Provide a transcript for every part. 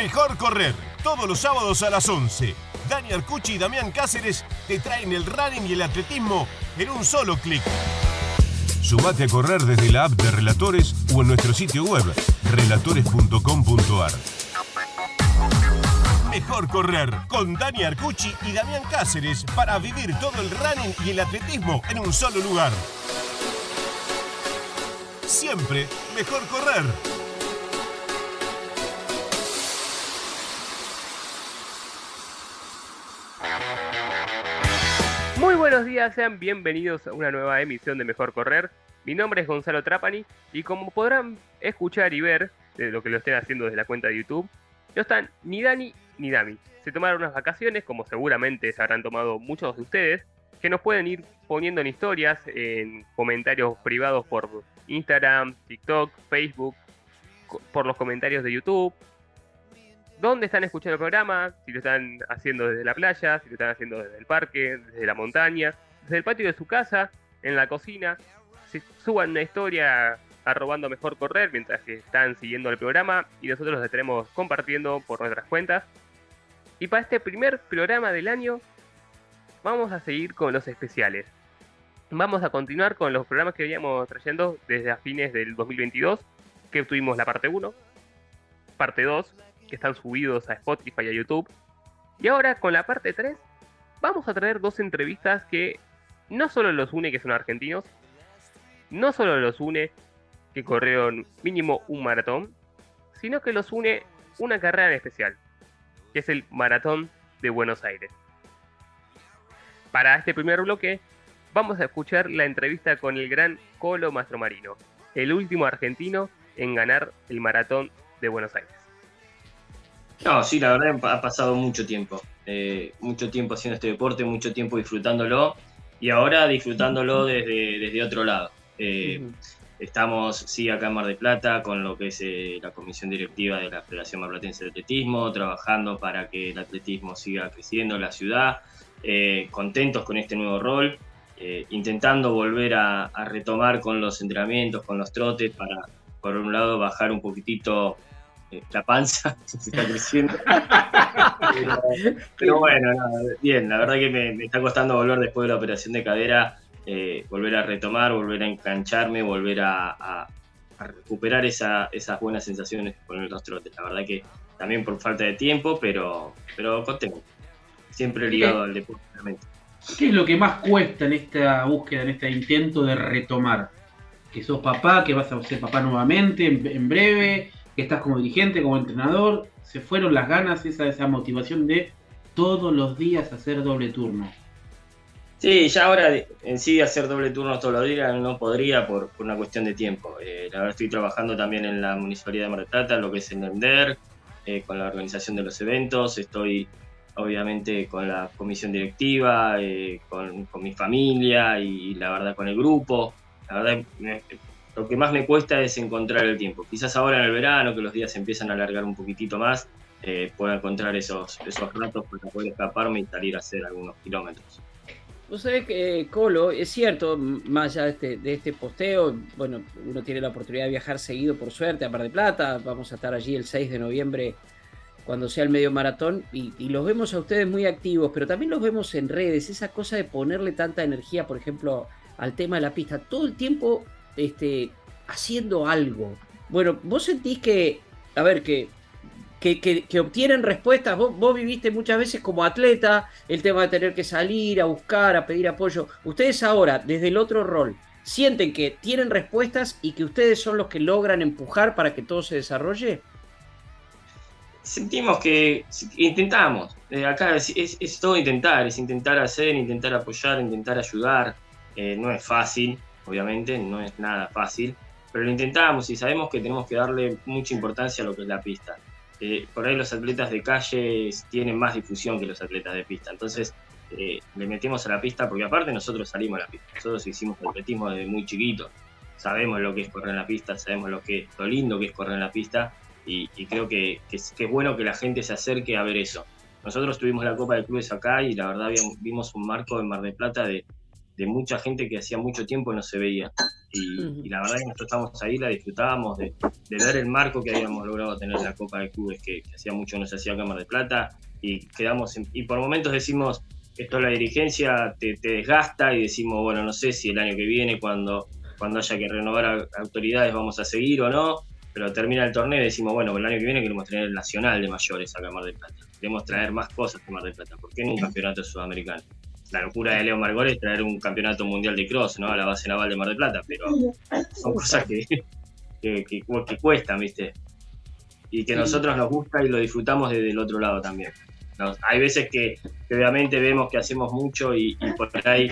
Mejor Correr, todos los sábados a las 11. Dani Arcucci y Damián Cáceres te traen el running y el atletismo en un solo clic. Sumate a correr desde la app de Relatores o en nuestro sitio web, relatores.com.ar. Mejor Correr, con Dani Arcucci y Damián Cáceres, para vivir todo el running y el atletismo en un solo lugar. Siempre mejor correr. Muy buenos días, sean bienvenidos a una nueva emisión de Mejor Correr. Mi nombre es Gonzalo Trapani y como podrán escuchar y ver de lo que lo estén haciendo desde la cuenta de YouTube, no están ni Dani ni Dami. Se tomaron unas vacaciones, como seguramente se habrán tomado muchos de ustedes, que nos pueden ir poniendo en historias, en comentarios privados por Instagram, TikTok, Facebook, por los comentarios de YouTube. ¿Dónde están escuchando el programa? Si lo están haciendo desde la playa, si lo están haciendo desde el parque, desde la montaña, desde el patio de su casa, en la cocina. Si suban una historia arrobando Mejor Correr mientras que están siguiendo el programa y nosotros los estaremos compartiendo por nuestras cuentas. Y para este primer programa del año vamos a seguir con los especiales. Vamos a continuar con los programas que veníamos trayendo desde a fines del 2022, que tuvimos la parte 1, parte 2, que están subidos a Spotify y a YouTube. Y ahora con la parte 3 vamos a traer dos entrevistas que no solo los une que son argentinos, no solo los une que corrieron mínimo un maratón, sino que los une una carrera en especial, que es el Maratón de Buenos Aires. Para este primer bloque vamos a escuchar la entrevista con el gran Colo Mastromarino, el último argentino en ganar el Maratón de Buenos Aires. No, sí, la verdad ha pasado mucho tiempo haciendo este deporte, mucho tiempo disfrutándolo y ahora disfrutándolo desde otro lado. Estamos, sí, acá en Mar del Plata con lo que es la comisión directiva de la Federación Marplatense de Atletismo, trabajando para que el atletismo siga creciendo en la ciudad, contentos con este nuevo rol, intentando volver a retomar con los entrenamientos, con los trotes, para, por un lado, bajar un poquitito la panza, se está creciendo. pero bueno, no, bien, la verdad que me está costando volver después de la operación de cadera, volver a retomar, volver a engancharme, volver a recuperar esas buenas sensaciones con los trotes. La verdad que también por falta de tiempo, pero contento. Siempre ligado al deporte, realmente. ¿Qué es lo que más cuesta en esta búsqueda, en este intento de retomar? Que sos papá, que vas a ser papá nuevamente en breve, que estás como dirigente, como entrenador. ¿Se fueron las ganas, esa motivación de todos los días hacer doble turno? Sí, ya ahora en sí hacer doble turno todos los días no podría por una cuestión de tiempo. La verdad estoy trabajando también en la Municipalidad de Mar del Plata, lo que es el EMDER, con la organización de los eventos. Estoy obviamente con la comisión directiva, con mi familia y la verdad con el grupo. La verdad lo que más me cuesta es encontrar el tiempo. Quizás ahora en el verano, que los días se empiezan a alargar un poquitito más, pueda encontrar esos ratos para poder escaparme y salir a hacer algunos kilómetros. Vos sabés que, Colo, es cierto, más allá de este posteo, bueno, uno tiene la oportunidad de viajar seguido, por suerte, a Mar del Plata. Vamos a estar allí el 6 de noviembre cuando sea el medio maratón y los vemos a ustedes muy activos, pero también los vemos en redes, esa cosa de ponerle tanta energía, por ejemplo, al tema de la pista, todo el tiempo haciendo algo. Bueno, vos sentís que obtienen respuestas. Vos viviste muchas veces como atleta el tema de tener que salir a buscar, a pedir apoyo. Ustedes ahora, desde el otro rol, ¿sienten que tienen respuestas y que ustedes son los que logran empujar para que todo se desarrolle? Sentimos que intentamos. Acá es todo intentar, es intentar hacer, intentar apoyar, intentar ayudar. No es fácil, obviamente, no es nada fácil, pero lo intentamos y sabemos que tenemos que darle mucha importancia a lo que es la pista. Por ahí los atletas de calle tienen más difusión que los atletas de pista, entonces le metemos a la pista porque aparte nosotros salimos a la pista, nosotros hicimos atletismo desde muy chiquito, sabemos lo que es correr en la pista, sabemos lo lindo que es correr en la pista y creo que es bueno que la gente se acerque a ver eso. Nosotros tuvimos la Copa de Clubes acá y la verdad vimos un marco en Mar del Plata de de mucha gente que hacía mucho tiempo no se veía. Y la verdad que nosotros estamos ahí, la disfrutábamos de ver el marco que habíamos logrado tener en la Copa de Clubes, que hacía mucho no se hacía acá en Mar del Plata, y quedamos y por momentos decimos, esto la dirigencia te desgasta, y decimos, bueno, no sé si el año que viene, cuando haya que renovar autoridades, vamos a seguir o no, pero termina el torneo y decimos, bueno, el año que viene queremos tener el Nacional de Mayores acá en Mar del Plata, queremos traer más cosas de Mar del Plata, ¿por qué no un campeonato sudamericano? La locura de Leo Margol es traer un campeonato mundial de cross, ¿no? A la base naval de Mar del Plata, pero son cosas que cuestan, ¿viste? Y que a nosotros nos gusta y lo disfrutamos desde el otro lado también. Hay veces que obviamente vemos que hacemos mucho y por ahí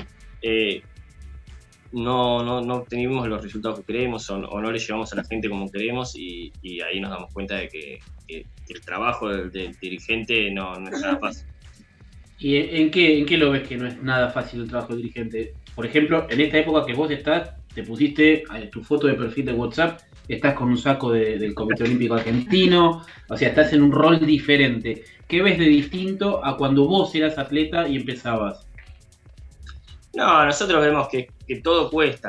no obtenemos los resultados que queremos o no le llevamos a la gente como queremos, y ahí nos damos cuenta de que el trabajo del dirigente no es nada fácil. ¿Y en qué lo ves que no es nada fácil el trabajo del dirigente? Por ejemplo, en esta época que vos estás, te pusiste tu foto de perfil de WhatsApp, estás con un saco del Comité Olímpico Argentino, o sea, estás en un rol diferente. ¿Qué ves de distinto a cuando vos eras atleta y empezabas? No, nosotros vemos que todo cuesta,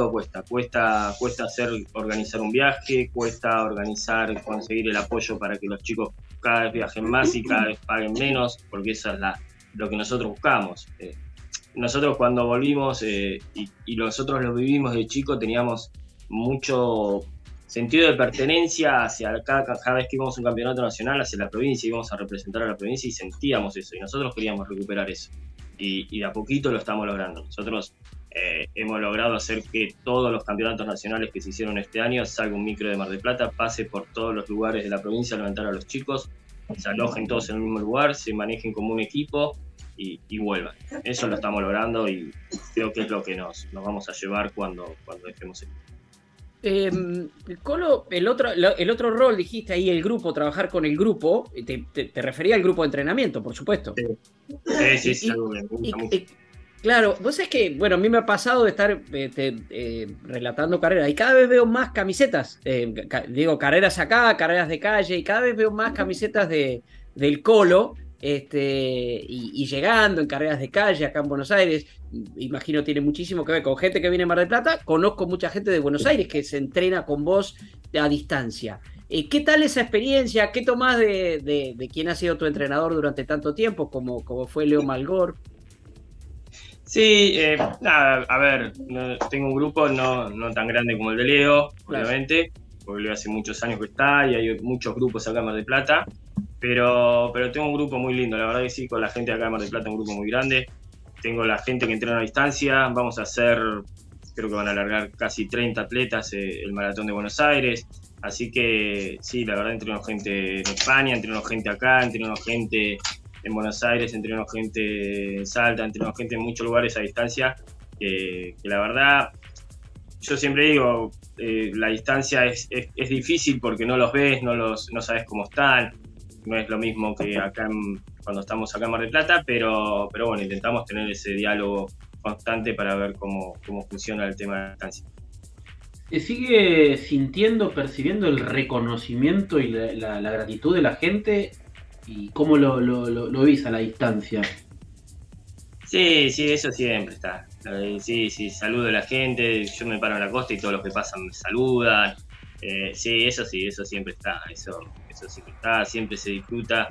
organizar un viaje, cuesta conseguir el apoyo para que los chicos cada vez viajen más y cada vez paguen menos, porque eso es lo que nosotros buscamos. Nosotros cuando volvimos, y nosotros lo vivimos de chico, teníamos mucho sentido de pertenencia hacia cada vez que íbamos a un campeonato nacional, hacia la provincia, íbamos a representar a la provincia y sentíamos eso, y nosotros queríamos recuperar eso. Y de a poquito lo estamos logrando. Nosotros hemos logrado hacer que todos los campeonatos nacionales que se hicieron este año salga un micro de Mar del Plata, pase por todos los lugares de la provincia a levantar a los chicos, se alojen todos en el mismo lugar, se manejen como un equipo y vuelvan. Eso lo estamos logrando y creo que es lo que nos vamos a llevar cuando dejemos esto. Colo, el otro rol, dijiste ahí, el grupo, trabajar con el grupo, te refería al grupo de entrenamiento, por supuesto. Sí, me gusta mucho. Claro, vos sabés que, bueno, a mí me ha pasado de estar relatando carreras y cada vez veo más camisetas, digo, carreras acá, carreras de calle, y cada vez veo más camisetas del Colo, y llegando en carreras de calle acá en Buenos Aires. Imagino tiene muchísimo que ver con gente que viene de Mar del Plata. Conozco mucha gente de Buenos Aires que se entrena con vos a distancia. ¿Qué tal esa experiencia? ¿Qué tomás de quién ha sido tu entrenador durante tanto tiempo como fue Leo Margol? Sí, nada, a ver, tengo un grupo no tan grande como el de Leo, obviamente, porque Leo hace muchos años que está y hay muchos grupos acá en Mar del Plata. Pero tengo un grupo muy lindo, la verdad que sí, con la gente de acá de Mar del Plata, un grupo muy grande. Tengo la gente que entrena a distancia, vamos a hacer, creo que van a alargar casi 30 atletas el Maratón de Buenos Aires. Así que sí, la verdad entreno gente en España, entreno gente acá, entreno gente en Buenos Aires, entreno gente en Salta, entreno gente en muchos lugares a distancia. Que la verdad, yo siempre digo, la distancia es difícil porque no los ves, no sabes cómo están. No es lo mismo que acá cuando estamos acá en Mar del Plata, pero bueno, intentamos tener ese diálogo constante para ver cómo funciona el tema de la distancia. ¿Te sigue percibiendo el reconocimiento y la gratitud de la gente? ¿Y cómo lo ves a la distancia? Sí, eso siempre está. Sí, saludo a la gente, yo me paro en la costa y todos los que pasan me saludan. Sí, eso siempre está, eso siempre está, siempre se disfruta,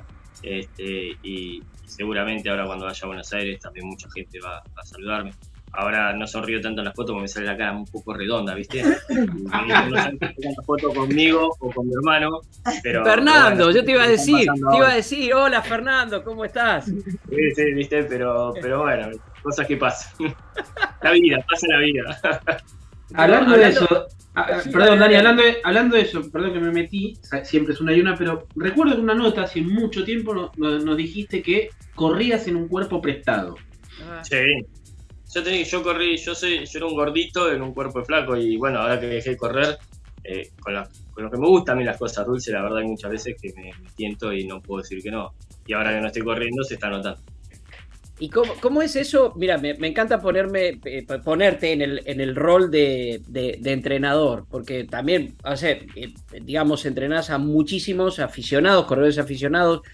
y seguramente ahora cuando vaya a Buenos Aires también mucha gente va a saludarme. Ahora no sonrío tanto en las fotos porque me sale la cara un poco redonda, ¿viste? No sé si la foto conmigo o con mi hermano, pero... Fernando, bueno, yo te iba a decir, hola Fernando, ¿cómo estás? Sí, ¿viste? Pero bueno, cosas que pasan. La vida, pasa la vida. Hablando de eso... perdón, Dani, hablando de eso, perdón que me metí, siempre es una y una, pero recuerdo que una nota hace mucho tiempo nos dijiste que corrías en un cuerpo prestado. Sí, yo era un gordito en un cuerpo de flaco y bueno, ahora que dejé de correr, con lo que me gustan a mí las cosas dulces, la verdad hay muchas veces que me tiento y no puedo decir que no. Y ahora que no estoy corriendo se está notando. ¿Y cómo es eso? Mira, me encanta ponerte en el rol de entrenador, porque también, o sea, digamos, entrenás a muchísimos aficionados, corredores aficionados.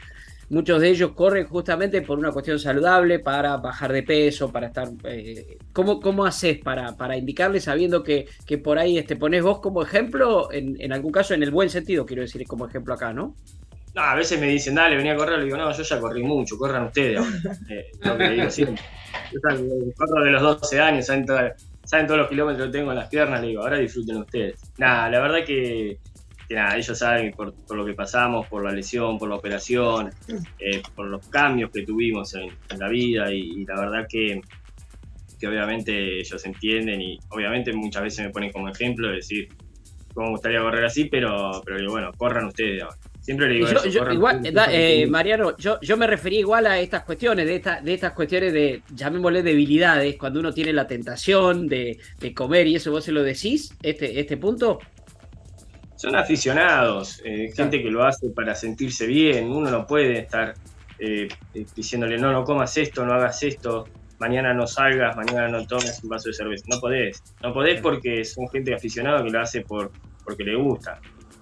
muchos de ellos corren justamente por una cuestión saludable, para bajar de peso, para estar... ¿Cómo haces para indicarles, sabiendo que por ahí pones vos como ejemplo, en algún caso, en el buen sentido, quiero decir, como ejemplo acá, ¿no? No, a veces me dicen, dale, venía a correr, le digo, no, yo ya corrí mucho, corran ustedes ahora. Lo que le digo siempre. Yo corro de los 12 años, saben todos los kilómetros que tengo en las piernas, le digo, ahora disfruten ustedes. Nada, la verdad que nada, ellos saben por lo que pasamos, por la lesión, por la operación, por los cambios que tuvimos en la vida, y la verdad que obviamente ellos entienden, y obviamente muchas veces me ponen como ejemplo de decir, cómo me gustaría correr así, pero digo, bueno, corran ustedes ahora. Siempre le digo eso. Igual, Mariano, yo me refería igual a estas cuestiones, de estas cuestiones de, llamémosle, debilidades, cuando uno tiene la tentación de comer, y eso vos se lo decís, este punto. Son aficionados, gente que lo hace para sentirse bien. Uno no puede estar diciéndole, no comas esto, no hagas esto, mañana no salgas, mañana no tomes un vaso de cerveza. No podés porque son gente aficionada que lo hace porque le gusta.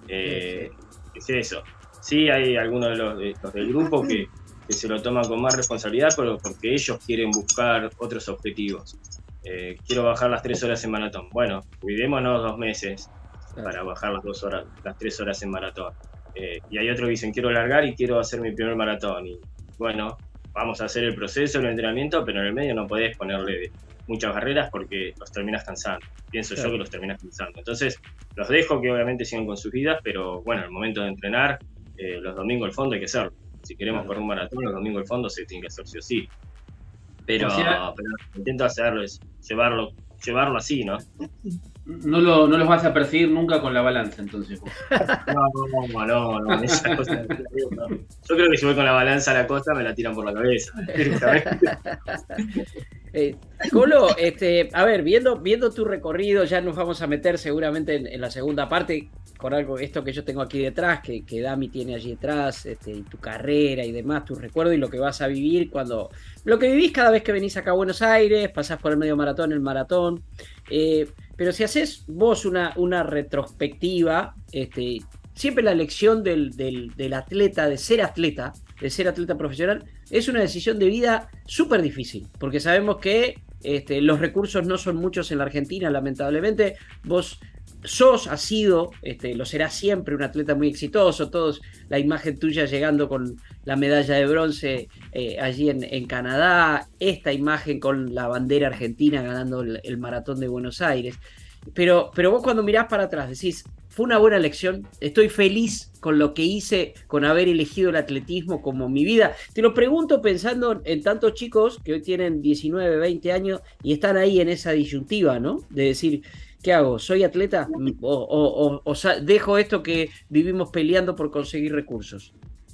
Es eso. Sí, hay algunos de los del grupo que se lo toman con más responsabilidad, pero porque ellos quieren buscar otros objetivos. Quiero bajar las 3 horas en maratón. Bueno, cuidémonos 2 meses para bajar las 3 horas en maratón. Y hay otros que dicen, quiero largar y quiero hacer mi primer maratón. Y bueno, vamos a hacer el proceso, el entrenamiento, pero en el medio no podés ponerle muchas barreras porque los terminas cansando. Pienso yo que los terminas cansando. Entonces, los dejo que obviamente sigan con sus vidas, pero bueno, el momento de entrenar, los domingos el fondo hay que hacerlo. Si queremos correr un maratón, los domingos el fondo se tiene que hacer sí o sí. Pero intento hacerlo, es llevarlo así, ¿no? No los vas a perseguir nunca con la balanza, entonces. No, esa cosa no. Yo creo que si voy con la balanza a la costa me la tiran por la cabeza. Colo, a ver, viendo tu recorrido, ya nos vamos a meter seguramente en la segunda parte con esto que yo tengo aquí detrás, que Dami tiene allí detrás, y tu carrera y demás, tu recuerdo y lo que vas a vivir lo que vivís cada vez que venís acá a Buenos Aires, pasás por el medio maratón, el maratón, pero si haces vos una retrospectiva, siempre la elección del atleta, de ser atleta profesional, es una decisión de vida súper difícil, porque sabemos que los recursos no son muchos en la Argentina, lamentablemente. Vos has sido, lo serás siempre, un atleta muy exitoso. Todos, la imagen tuya llegando con la medalla de bronce allí en Canadá, esta imagen con la bandera argentina ganando el maratón de Buenos Aires. Pero vos, cuando mirás para atrás, decís, fue una buena elección, estoy feliz con lo que hice, con haber elegido el atletismo como mi vida. Te lo pregunto pensando en tantos chicos que hoy tienen 19, 20 años y están ahí en esa disyuntiva, ¿no? De decir, ¿qué hago? ¿Soy atleta? ¿O dejo esto que vivimos peleando por conseguir recursos?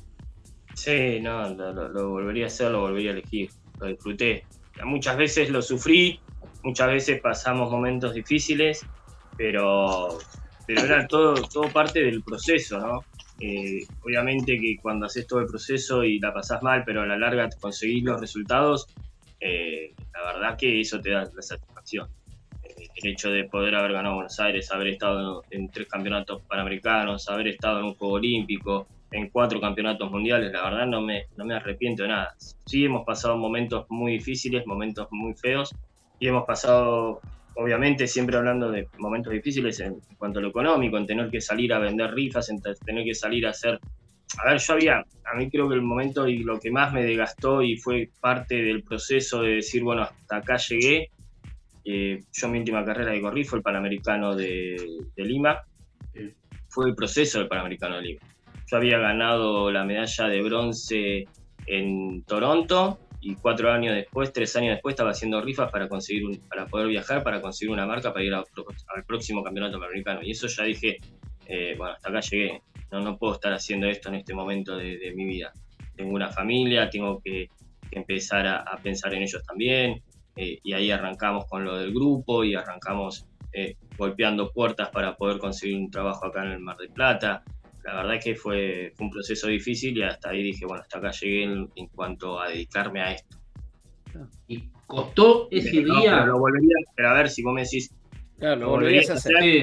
Sí, no, lo volvería a hacer, lo volvería a elegir, lo disfruté. Muchas veces lo sufrí, muchas veces pasamos momentos difíciles, pero era todo parte del proceso, ¿no? Obviamente que cuando haces todo el proceso y la pasás mal, pero a la larga conseguís los resultados, la verdad que eso te da la satisfacción. El hecho de poder haber ganado Buenos Aires, haber estado en 3 campeonatos panamericanos, haber estado en un Juego Olímpico, en 4 campeonatos mundiales, la verdad no me arrepiento de nada. Sí, hemos pasado momentos muy difíciles, momentos muy feos, y hemos pasado, obviamente, siempre hablando de momentos difíciles en cuanto a lo económico, en tener que salir a vender rifas, en tener que salir a hacer... A ver, a mí creo que el momento y lo que más me desgastó y fue parte del proceso de decir, bueno, hasta acá llegué. Yo mi última carrera que corrí fue el Panamericano de Lima, fue el proceso del Panamericano de Lima. Yo había ganado la medalla de bronce en Toronto y 3 años después estaba haciendo rifas para poder viajar, para conseguir una marca para ir al próximo campeonato panamericano. Y eso ya dije, bueno, hasta acá llegué, no puedo estar haciendo esto en este momento de mi vida. Tengo una familia, tengo que empezar a pensar en ellos también, y ahí arrancamos con lo del grupo y arrancamos golpeando puertas para poder conseguir un trabajo acá en el Mar del Plata. La verdad es que fue un proceso difícil y hasta ahí dije, bueno, hasta acá llegué en cuanto a dedicarme a esto. ¿Y costó ese día? Pero lo volvería, pero a ver si vos me decís... Claro, lo volverías a hacer.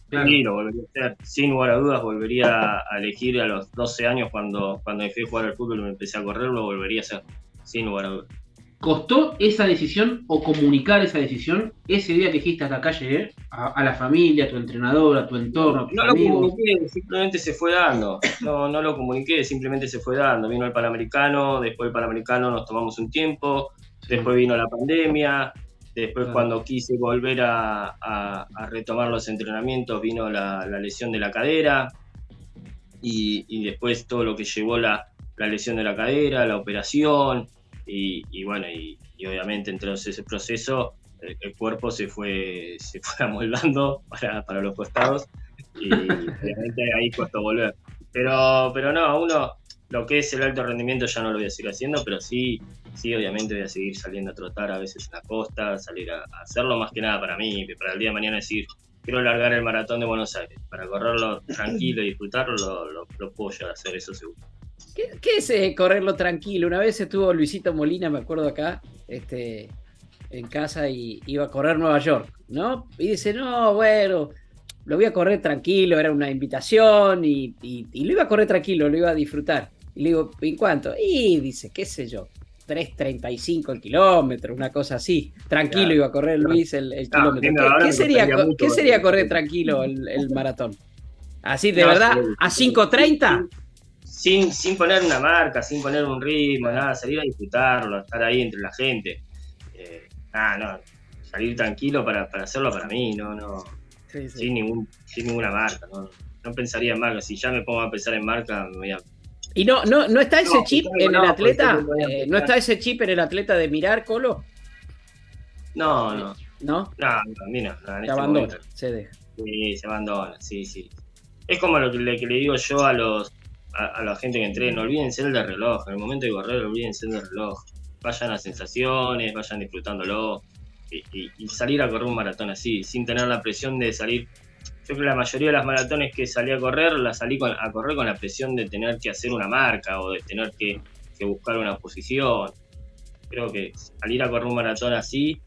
Claro. Sí, lo volvería a hacer. Sin lugar a dudas, volvería a elegir a los 12 años cuando dejé de jugar al fútbol y me empecé a correr, lo volvería a hacer. Sin lugar a dudas. ¿Costó esa decisión o comunicar esa decisión ese día que dijiste hasta acá llegué? A la familia, a tu entrenador, a tu entorno, a tus No lo amigos. comuniqué, simplemente se fue dando. No lo comuniqué, simplemente se fue dando. Vino el Panamericano, después del Panamericano nos tomamos un tiempo, después vino la pandemia, después cuando quise volver a retomar los entrenamientos vino la lesión de la cadera y después todo lo que llevó la lesión de la cadera, la operación y bueno, y obviamente entre ese proceso el cuerpo se fue amoldando para los costados y obviamente ahí costó volver. Pero no, uno, lo que es el alto rendimiento ya no lo voy a seguir haciendo, pero sí, obviamente voy a seguir saliendo a trotar a veces en la costa, salir a hacerlo más que nada para mí, para el día de mañana decir, quiero largar el maratón de Buenos Aires, para correrlo tranquilo y disfrutarlo, lo puedo llegar a hacer, eso seguro. ¿Qué es correrlo tranquilo? Una vez estuvo Luisito Molina, me acuerdo acá, en casa y iba a correr Nueva York, ¿no? Y dice, no, bueno, lo voy a correr tranquilo, era una invitación y lo iba a correr tranquilo, lo iba a disfrutar. Y le digo, ¿en cuánto? Y dice, qué sé yo, 3.35 el kilómetro, una cosa así. Tranquilo claro. Iba a correr Luis el kilómetro. ¿Qué sería correr tranquilo el maratón? ¿Así de verdad? ¿A 5.30? Sin poner una marca, sin poner un ritmo, nada, salir a disfrutarlo, estar ahí entre la gente. Salir tranquilo para hacerlo para mí, no. Sí. Sin ninguna marca, no pensaría en marca. Si ya me pongo a pensar en marca, me voy a... ¿Y no está ese chip en el atleta? ¿No está ese chip en el atleta de mirar, Colo? No. ¿No? No, a mí no. Se abandona, se deja. Sí, se abandona, sí. Es como lo que le digo yo a la gente que entrena, olvídense del reloj. En el momento de correr, olvídense del reloj. Vayan a sensaciones, vayan disfrutándolo. Y salir a correr un maratón así, sin tener la presión de salir. Yo creo que la mayoría de las maratones que salí a correr, las salí a correr con la presión de tener que hacer una marca o de tener que buscar una posición. Creo que salir a correr un maratón así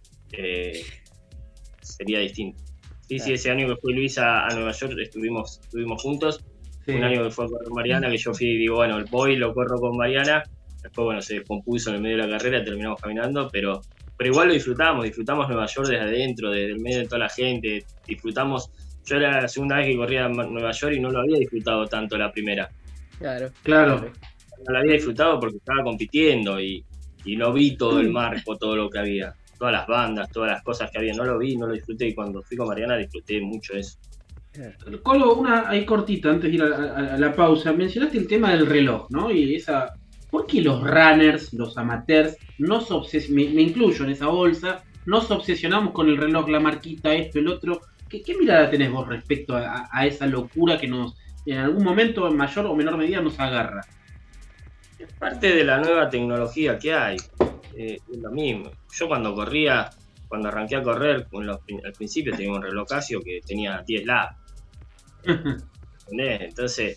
sería distinto. Sí, ese año que fue Luis a Nueva York estuvimos juntos. Sí. Un año que fue a correr Mariana, que yo fui y digo, bueno, voy, lo corro con Mariana. Después, bueno, se descompuso en el medio de la carrera, terminamos caminando, pero igual lo disfrutamos Nueva York desde adentro, desde el medio de toda la gente, disfrutamos. Yo era la segunda vez que corría en Nueva York y no lo había disfrutado tanto la primera. Claro. No lo había disfrutado porque estaba compitiendo y no vi todo el marco, todo lo que había, todas las bandas, todas las cosas que había, no lo vi, no lo disfruté y cuando fui con Mariana disfruté mucho eso. Colo, una ahí cortita, antes de ir a la pausa, mencionaste el tema del reloj, ¿no? Y esa... ¿Por qué los runners, los amateurs, me incluyo en esa bolsa, nos obsesionamos con el reloj, la marquita, esto, el otro? ¿Qué mirada tenés vos respecto a esa locura que nos, en algún momento, en mayor o menor medida, nos agarra? Es parte de la nueva tecnología que hay. Es lo mismo. Yo cuando arranqué a correr, al principio tenía un reloj Casio que tenía 10 lados. ¿Entendés? Entonces...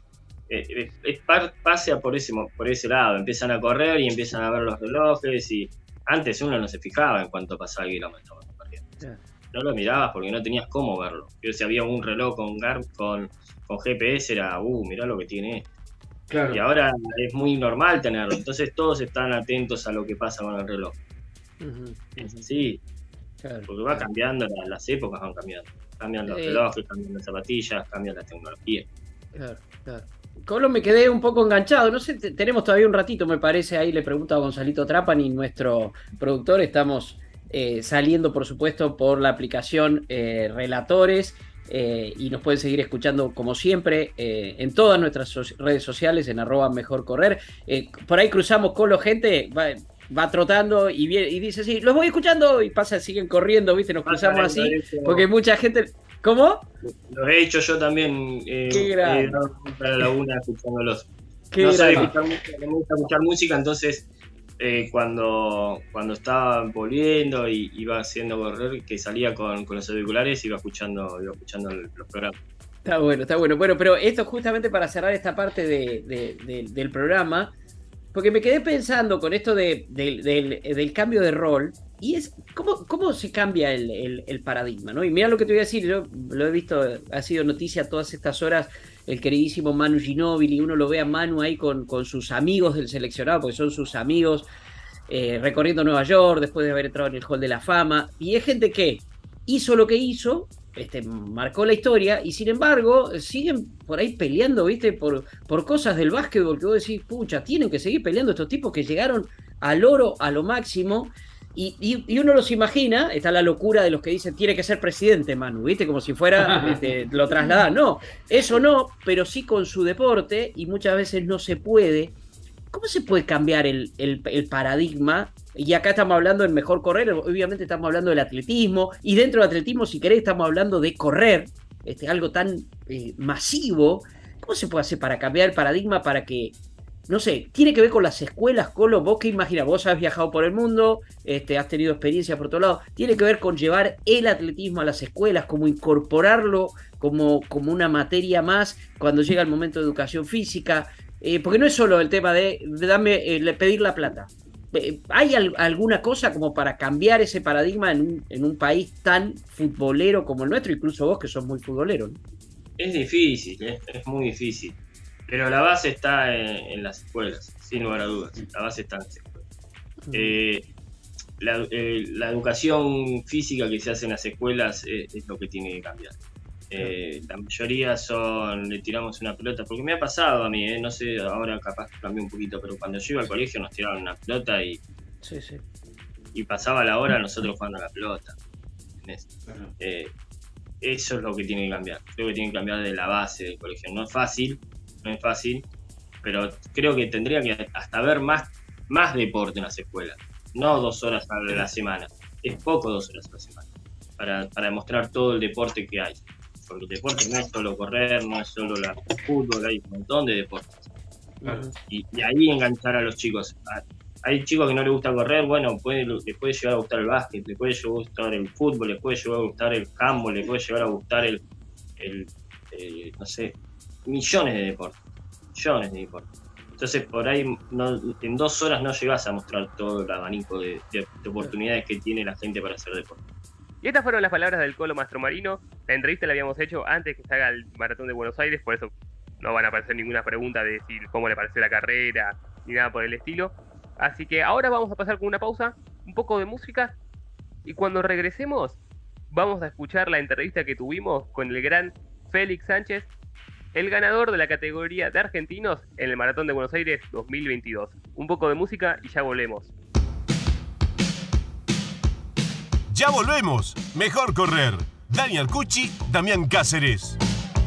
pase por ese lado, empiezan a correr y empiezan a ver los relojes y antes uno no se fijaba en cuánto pasaba el kilómetro. No lo mirabas porque no tenías cómo verlo. Pero si había un reloj con GPS era, mirá lo que tiene. Claro. Y ahora es muy normal tenerlo, entonces todos están atentos a lo que pasa con el reloj. Sí, claro, porque va cambiando, las épocas van cambiando. Cambian los relojes, cambian las zapatillas, cambian la tecnología. Claro. Colo, me quedé un poco enganchado, no sé, tenemos todavía un ratito, me parece, ahí le pregunto a Gonzalito Trapani, nuestro productor, estamos saliendo, por supuesto, por la aplicación Relatores, y nos pueden seguir escuchando, como siempre, en todas nuestras redes sociales, en @mejorcorrer. Por ahí cruzamos, Colo, gente, va trotando y dice, sí, los voy escuchando, y siguen corriendo, ¿viste? Nos cruzamos así, porque mucha gente... ¿Cómo? Lo he hecho yo también. Qué grande. He dado a la laguna escuchándolos. No sé escuchar música, no me gusta escuchar música, entonces cuando estaba volviendo y iba haciendo correr, que salía con los auriculares, iba escuchando los programas. Está bueno. Bueno, pero esto justamente para cerrar esta parte del programa, porque me quedé pensando con esto del cambio de rol, Y es cómo se cambia el paradigma, ¿no? Y mira lo que te voy a decir, yo lo he visto, ha sido noticia todas estas horas, el queridísimo Manu Ginóbili, uno lo ve a Manu ahí con sus amigos del seleccionado, porque son sus amigos, recorriendo Nueva York después de haber entrado en el Hall de la Fama, y es gente que hizo lo que hizo, marcó la historia, y sin embargo siguen por ahí peleando, ¿viste? Por cosas del básquetbol que vos decís, pucha, tienen que seguir peleando estos tipos que llegaron al oro, a lo máximo. Y uno los imagina, está la locura de los que dicen tiene que ser presidente, Manu, ¿viste? Como si fuera, lo trasladan. No, eso no, pero sí con su deporte, y muchas veces no se puede. ¿Cómo se puede cambiar el paradigma? Y acá estamos hablando del mejor correr, obviamente estamos hablando del atletismo, y dentro del atletismo, si querés, estamos hablando de correr, algo tan masivo. ¿Cómo se puede hacer para cambiar el paradigma para que, no sé, tiene que ver con las escuelas, Colo? Vos qué imaginas, vos has viajado por el mundo, has tenido experiencia por todos lados, tiene que ver con llevar el atletismo a las escuelas, como incorporarlo como una materia más cuando llega el momento de educación física, porque no es solo el tema de pedir la plata. ¿Hay alguna cosa como para cambiar ese paradigma en un país tan futbolero como el nuestro, incluso vos que sos muy futbolero, ¿no? Es difícil, es muy difícil. Pero la base está en las escuelas, sin lugar a dudas. La base está en las escuelas. La educación física que se hace en las escuelas es lo que tiene que cambiar. La mayoría le tiramos una pelota, porque me ha pasado a mí, no sé, ahora capaz que cambió un poquito, pero cuando yo iba al colegio nos tiraban una pelota y pasaba la hora nosotros jugando a la pelota. Eso es lo que tiene que cambiar. Creo que tiene que cambiar de la base del colegio. No es fácil, pero creo que tendría que hasta haber más deporte en las escuelas. No 2 horas a la semana. Es poco 2 horas a la semana para demostrar todo el deporte que hay. Porque el deporte no es solo correr, no es solo el fútbol, hay un montón de deportes. Y ahí enganchar a los chicos. Hay chicos que no les gusta correr, bueno, les puede llegar a gustar el básquet, les puede llegar a gustar el fútbol, les puede llegar a gustar el handball, les puede llegar a gustar no sé, millones de deportes. Entonces por ahí en 2 horas no llegás a mostrar todo el abanico de oportunidades que tiene la gente para hacer deporte. Y estas fueron las palabras del Colo Mastromarino. La entrevista la habíamos hecho antes que se haga el Maratón de Buenos Aires, por eso no van a aparecer ninguna pregunta de decir cómo le pareció la carrera, ni nada por el estilo. Así que ahora vamos a pasar con una pausa, un poco de música, y cuando regresemos vamos a escuchar la entrevista que tuvimos con el gran Félix Sánchez, el ganador de la categoría de argentinos en el Maratón de Buenos Aires 2022. Un poco de música y ya volvemos. Ya volvemos. Mejor correr. Dani Arcucci, Damián Cáceres.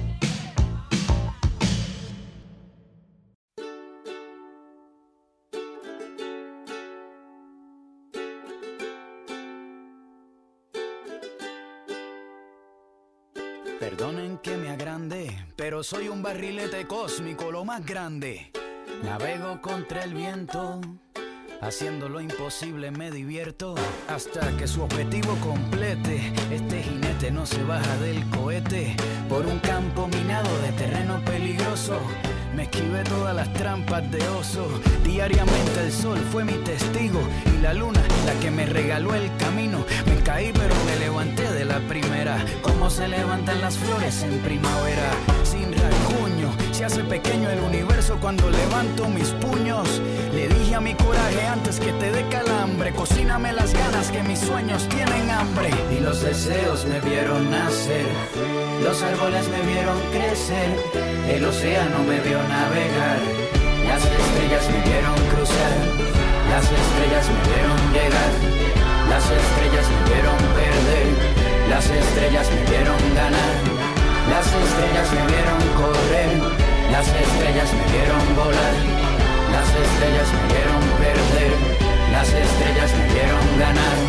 Perdonen que me agrande, pero soy un barrilete cósmico, lo más grande. Navego contra el viento, haciendo lo imposible me divierto, hasta que su objetivo complete. Este jinete no se baja del cohete, por un campo minado de terreno peligroso. Me esquivé todas las trampas de oso. Diariamente el sol fue mi testigo y la luna la que me regaló el camino. Me caí pero me levanté de la primera, como se levantan las flores en primavera. Sin rasguño se hace pequeño el universo cuando levanto mis puños. Le dije a mi coraje antes que te dé calambre, cocíname las ganas que mis sueños tienen hambre. Y los deseos me vieron nacer, los árboles me vieron crecer, el océano me vio navegar, las estrellas me vieron cruzar, las estrellas me vieron llegar, las estrellas me vieron perder, las estrellas me vieron ganar, las estrellas me vieron correr, las estrellas me vieron volar, las estrellas me vieron perder, las estrellas me vieron ganar.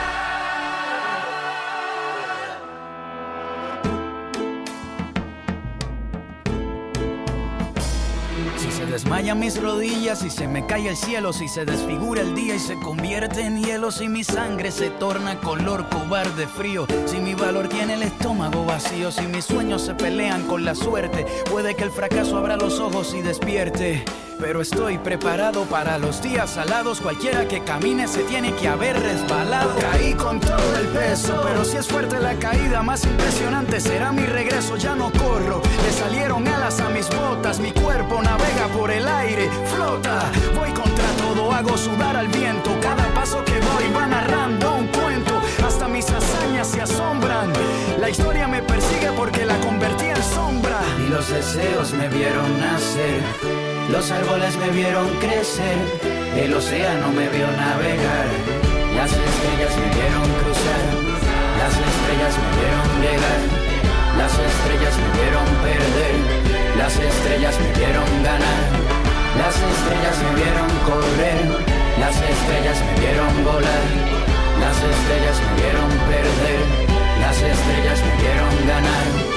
Desmayan mis rodillas y se me cae el cielo, si se desfigura el día y se convierte en hielo, si mi sangre se torna color cobarde frío, si mi valor tiene el estómago vacío, si mis sueños se pelean con la suerte, puede que el fracaso abra los ojos y despierte. pero estoy preparado para los días salados. Cualquiera que camine se tiene que haber resbalado. Caí con todo el peso, pero si es fuerte la caída, más impresionante será mi regreso. Ya no corro, le salieron alas a mis botas. Mi cuerpo navega por el aire, flota. Voy contra todo, hago sudar al viento. Cada paso que doy va narrando un cuento. Hasta mis hazañas se asombran. La historia me persigue porque la convertí en sombra. Y los deseos me vieron nacer, los árboles me vieron crecer, el océano me vio navegar, las estrellas me vieron cruzar, las estrellas me vieron llegar, las estrellas me vieron perder, las estrellas me vieron ganar, las estrellas me vieron correr, las estrellas me vieron volar, las estrellas me vieron perder, las estrellas me vieron ganar.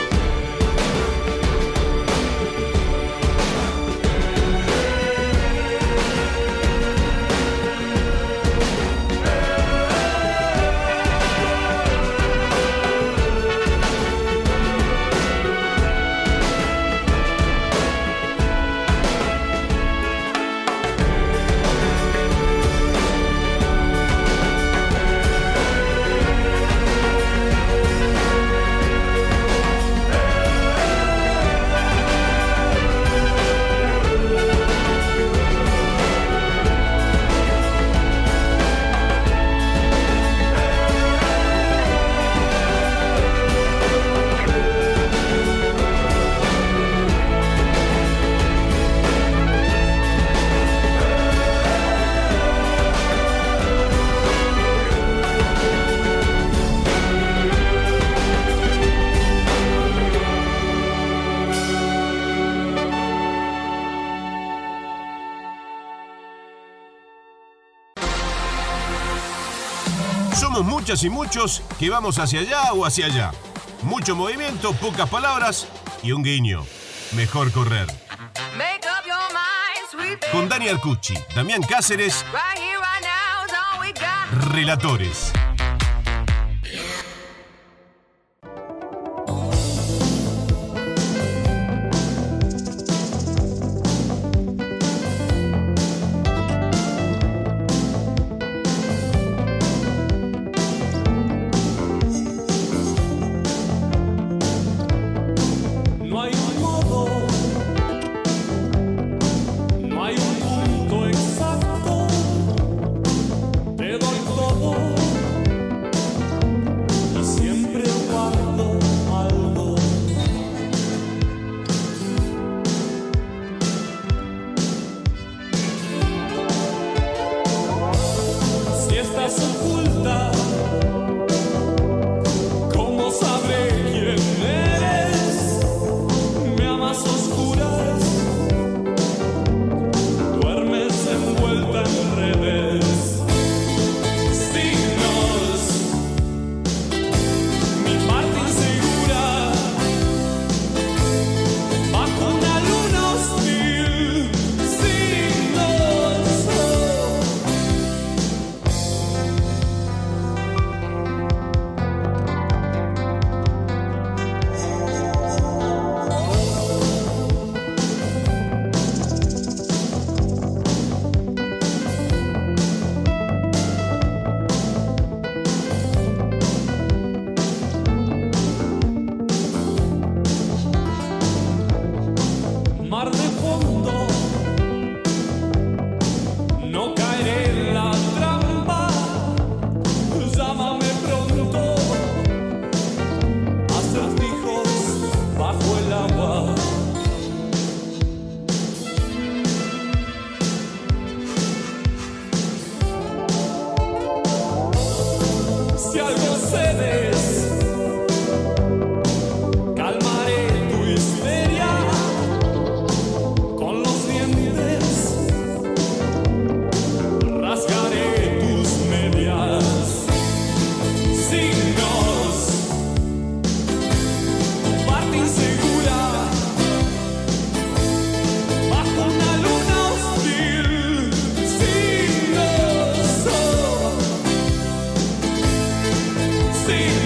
Somos muchas y muchos que vamos hacia allá o hacia allá. Mucho movimiento, pocas palabras y un guiño. Mejor correr. Con Dani Arcucci, Damián Cáceres, relatores. See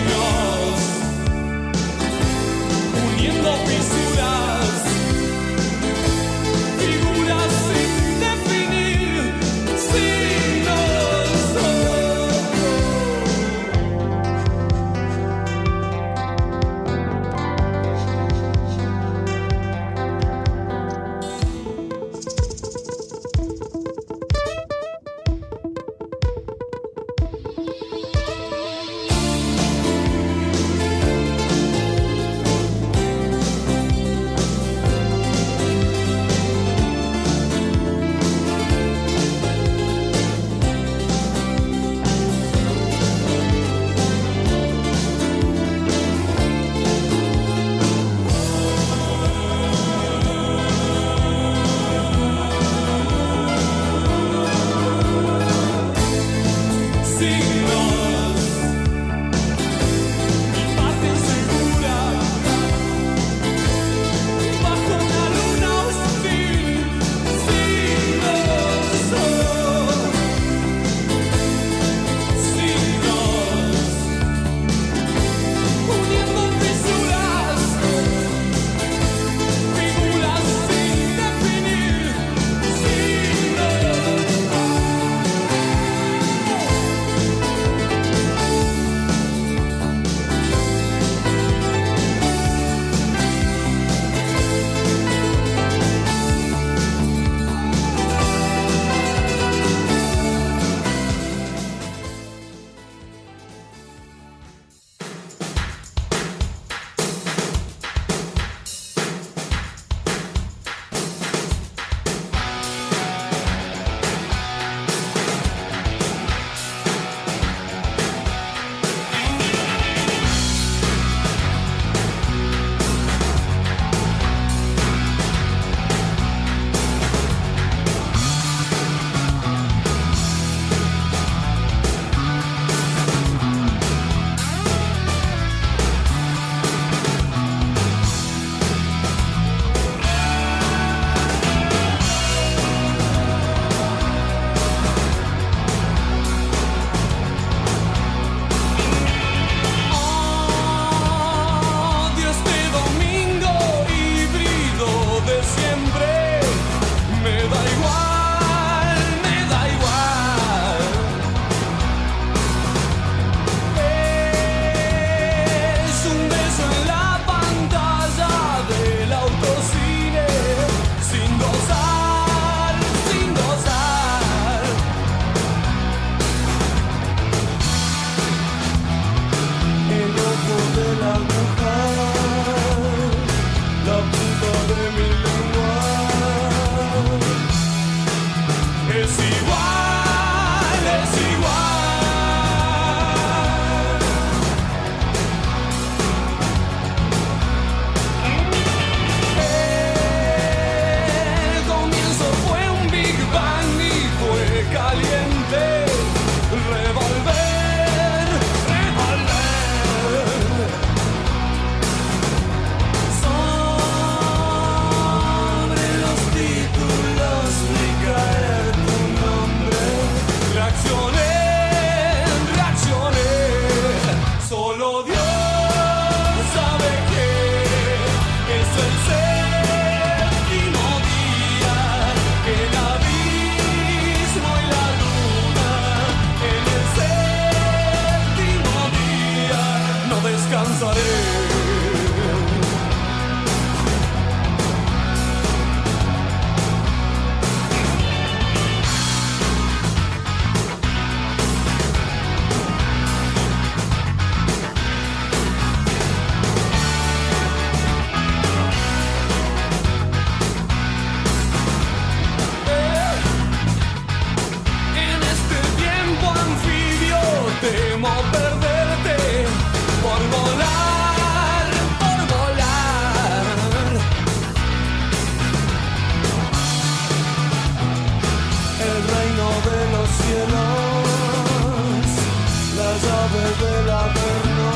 del Averno.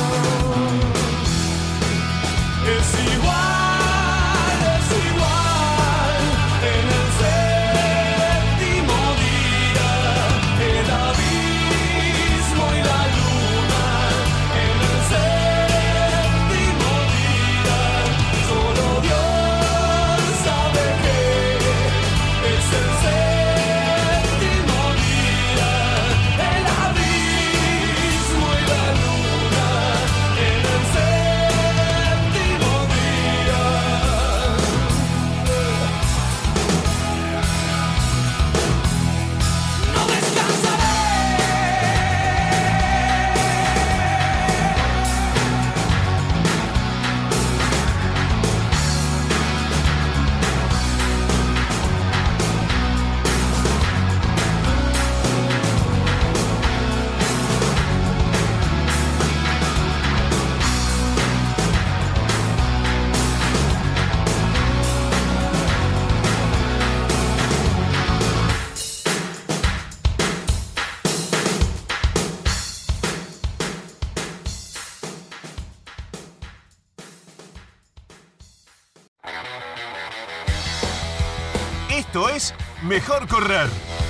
Es igual, en el séptimo día, el abismo y la luna. En el séptimo día, solo Dios sabe qué es el séptimo día, el abismo y la luna. En el séptimo día. No descansaré. Esto es Mejor Correr.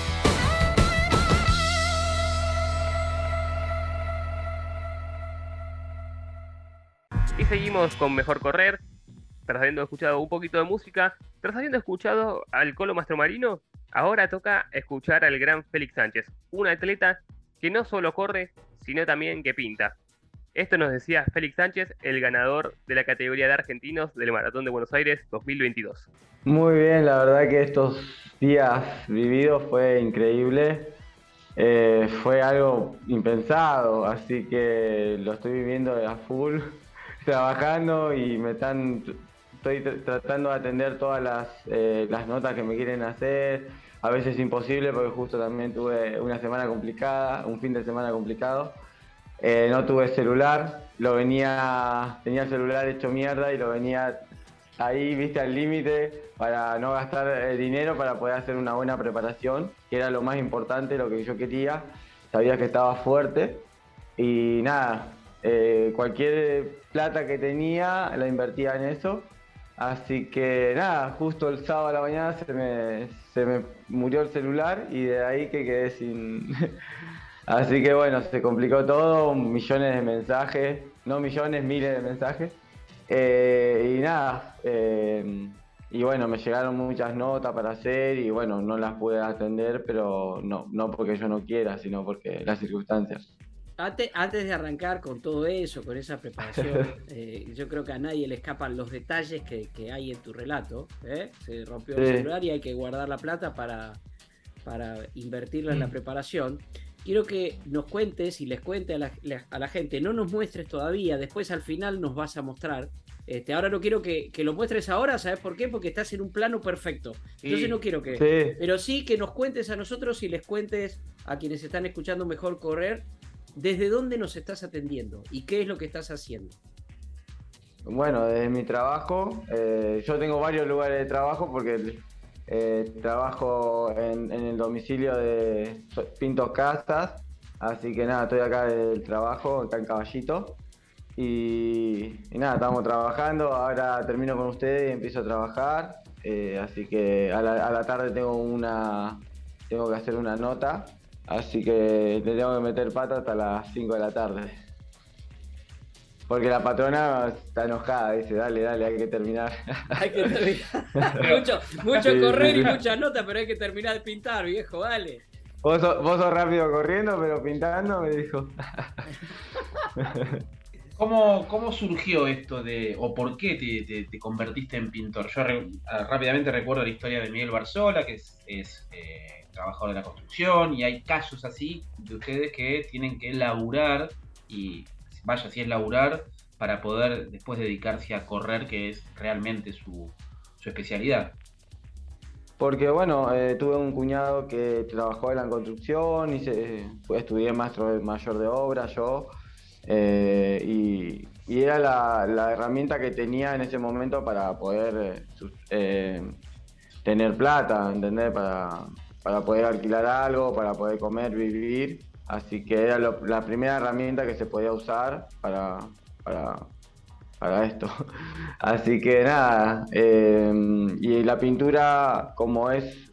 Y seguimos con Mejor Correr, tras habiendo escuchado un poquito de música, tras habiendo escuchado al Colo Mastromarino, ahora toca escuchar al gran Félix Sánchez, un atleta que no solo corre, sino también que pinta. Esto nos decía Félix Sánchez, el ganador de la categoría de argentinos del Maratón de Buenos Aires 2022. Muy bien, la verdad que estos días vividos fue increíble. Fue algo impensado, así que lo estoy viviendo a full, trabajando y estoy tratando de atender todas las notas que me quieren hacer. A veces imposible porque justo también tuve una semana complicada, un fin de semana complicado. No tuve celular, tenía el celular hecho mierda y lo venía ahí, viste, al límite para no gastar dinero para poder hacer una buena preparación, que era lo más importante, lo que yo quería. Sabía que estaba fuerte y nada, cualquier plata que tenía la invertía en eso. Así que nada, justo el sábado a la mañana se me murió el celular y de ahí que quedé sin... Así que bueno, se complicó todo, millones de mensajes, no millones, miles de mensajes. Y nada, y bueno, me llegaron muchas notas para hacer y bueno, no las pude atender, pero no porque yo no quiera, sino porque las circunstancias. Antes de arrancar con todo eso, con esa preparación, yo creo que a nadie le escapan los detalles que hay en tu relato. Se rompió el celular y hay que guardar la plata para invertirla en la preparación. Quiero que nos cuentes y les cuente a la gente, no nos muestres todavía, después al final nos vas a mostrar. Ahora no quiero que lo muestres ahora, ¿sabes por qué? Porque estás en un plano perfecto. Entonces no quiero que... Sí. Pero sí que nos cuentes a nosotros y les cuentes a quienes están escuchando Mejor Correr, desde dónde nos estás atendiendo y qué es lo que estás haciendo. Bueno, desde mi trabajo, yo tengo varios lugares de trabajo porque trabajo en el domicilio de Pintos Casas, así que nada, estoy acá del trabajo, acá en Caballito, y nada, estamos trabajando, ahora termino con ustedes y empiezo a trabajar, así que a la tarde tengo que hacer una nota, así que le tengo que meter pata hasta las 5 de la tarde. Porque la patrona está enojada, dice, dale, hay que terminar. Hay que terminar. mucho sí, correr y muchas notas, pero hay que terminar de pintar, viejo, dale. Vos sos rápido corriendo, pero pintando, me dijo. ¿Cómo surgió esto o por qué te convertiste en pintor? Yo rápidamente recuerdo la historia de Miguel Barzola, que es trabajador de la construcción, y hay casos así de ustedes que tienen que laburar y... Vaya, si es laburar para poder después dedicarse a correr, que es realmente su especialidad. Porque bueno, tuve un cuñado que trabajó en la construcción, estudié mayor de obra yo, y era la herramienta que tenía en ese momento para poder tener plata, ¿entendés? Para poder alquilar algo, para poder comer, vivir. Así que era la primera herramienta que se podía usar para esto. Así que nada, y la pintura, como es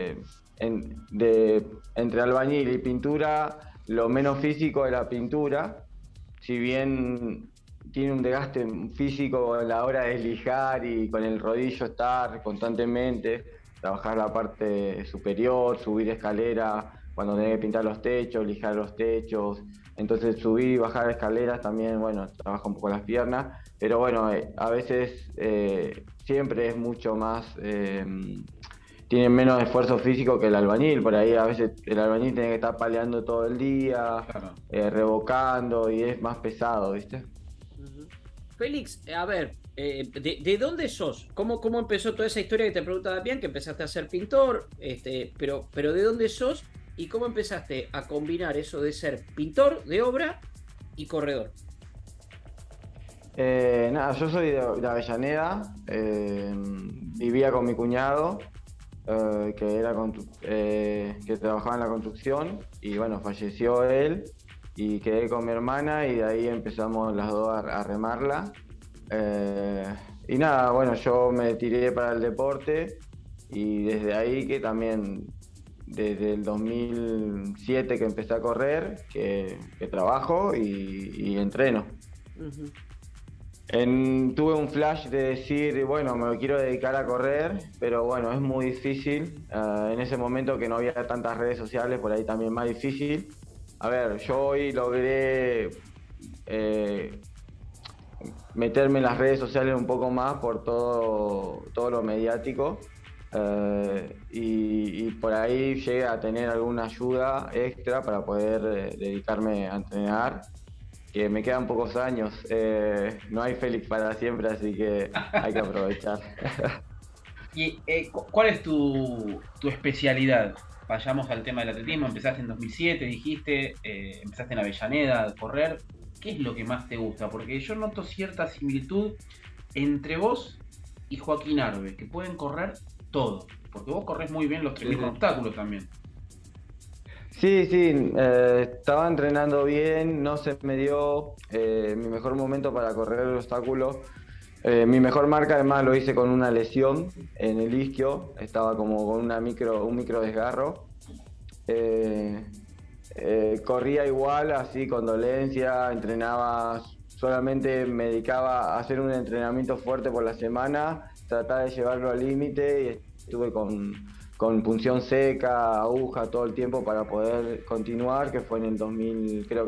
entre albañil y pintura, lo menos físico es la pintura, si bien tiene un desgaste físico a la hora de lijar y con el rodillo estar constantemente, trabajar la parte superior, subir escalera, cuando tenés que pintar los techos, lijar los techos, entonces subir y bajar escaleras también, bueno, trabaja un poco las piernas, pero bueno, a veces siempre es mucho más, tiene menos esfuerzo físico que el albañil, por ahí a veces el albañil tiene que estar paleando todo el día, Claro. revocando y es más pesado, ¿viste? Félix, a ver, ¿de dónde sos? ¿Cómo empezó toda esa historia que te preguntaba Damián, que empezaste a ser pintor? Pero ¿de dónde sos? ¿Y cómo empezaste a combinar eso de ser pintor de obra y corredor? Nada, yo soy de Avellaneda, vivía con mi cuñado, que trabajaba en la construcción, y bueno, falleció él, y quedé con mi hermana, y de ahí empezamos las dos a remarla. Y nada, bueno, yo me tiré para el deporte, y desde ahí que también, desde el 2007 que empecé a correr, que trabajo y entreno. Uh-huh. Tuve un flash de decir, bueno, me quiero dedicar a correr, pero bueno, es muy difícil. En ese momento que no había tantas redes sociales, por ahí también más difícil. A ver, yo hoy logré meterme en las redes sociales un poco más por todo lo mediático. Y por ahí llegué a tener alguna ayuda extra para poder dedicarme a entrenar, que me quedan pocos años, no hay Félix para siempre, así que hay que aprovechar. ¿Y cuál es tu especialidad? Vayamos al tema del atletismo. Empezaste en 2007, dijiste, empezaste en Avellaneda a correr. ¿Qué es lo que más te gusta? Porque yo noto cierta similitud entre vos y Joaquín Arbe, que pueden correr todo, porque vos corres muy bien los 3000 con obstáculos también. Sí, estaba entrenando bien, no se me dio mi mejor momento para correr el obstáculo. Mi mejor marca además lo hice con una lesión en el isquio, estaba como con un micro desgarro. Corría igual, así con dolencia, entrenaba, solamente me dedicaba a hacer un entrenamiento fuerte por la semana, tratar de llevarlo al límite, y estuve con punción seca, aguja todo el tiempo para poder continuar, que fue en el 2020,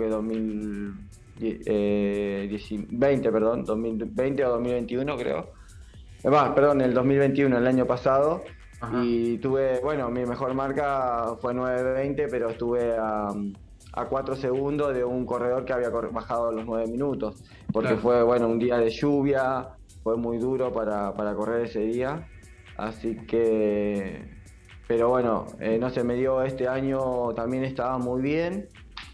perdón, 2020 o 2021 creo. El 2021, el año pasado. Ajá. Y tuve, bueno, mi mejor marca fue 9:20, pero estuve a 4 segundos de un corredor que había bajado los 9 minutos, porque claro, fue, bueno, un día de lluvia, fue muy duro para correr ese día, así que, pero bueno, no se me dio. Este año también estaba muy bien.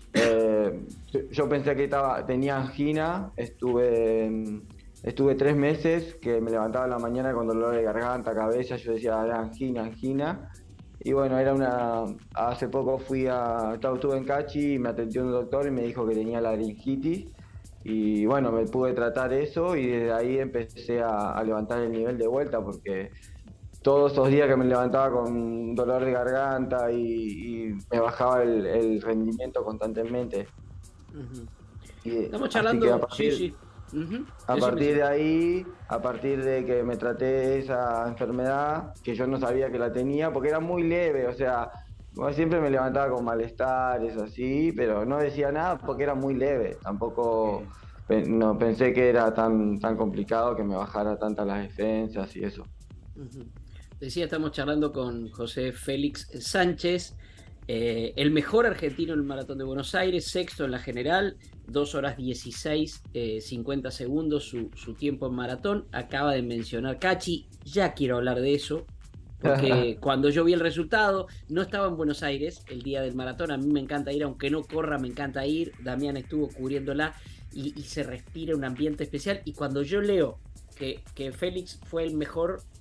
Yo pensé que tenía angina, estuve 3 meses que me levantaba en la mañana con dolor de garganta, cabeza, yo decía, angina. Y bueno, hace poco estuve en Cachi y me atendió un doctor y me dijo que tenía laringitis. Y bueno, me pude tratar eso y desde ahí empecé a levantar el nivel de vuelta, porque todos esos días que me levantaba con dolor de garganta y me bajaba el rendimiento constantemente. Uh-huh. Y estamos charlando, a partir de ahí, a partir de que me traté esa enfermedad, que yo no sabía que la tenía, porque era muy leve, o sea, siempre me levantaba con malestares así, pero no decía nada porque era muy leve. Tampoco no pensé que era tan complicado que me bajara tantas las defensas y eso. Uh-huh. Decía, estamos charlando con José Félix Sánchez, el mejor argentino en el Maratón de Buenos Aires, sexto en la general, 2 horas 16, 50 segundos su tiempo en maratón. Acaba de mencionar Cachi, ya quiero hablar de eso, porque cuando yo vi el resultado, no estaba en Buenos Aires el día del maratón. A mí me encanta ir, aunque no corra, me encanta ir. Damián estuvo cubriéndola y se respira un ambiente especial. Y cuando yo leo que Félix fue el mejor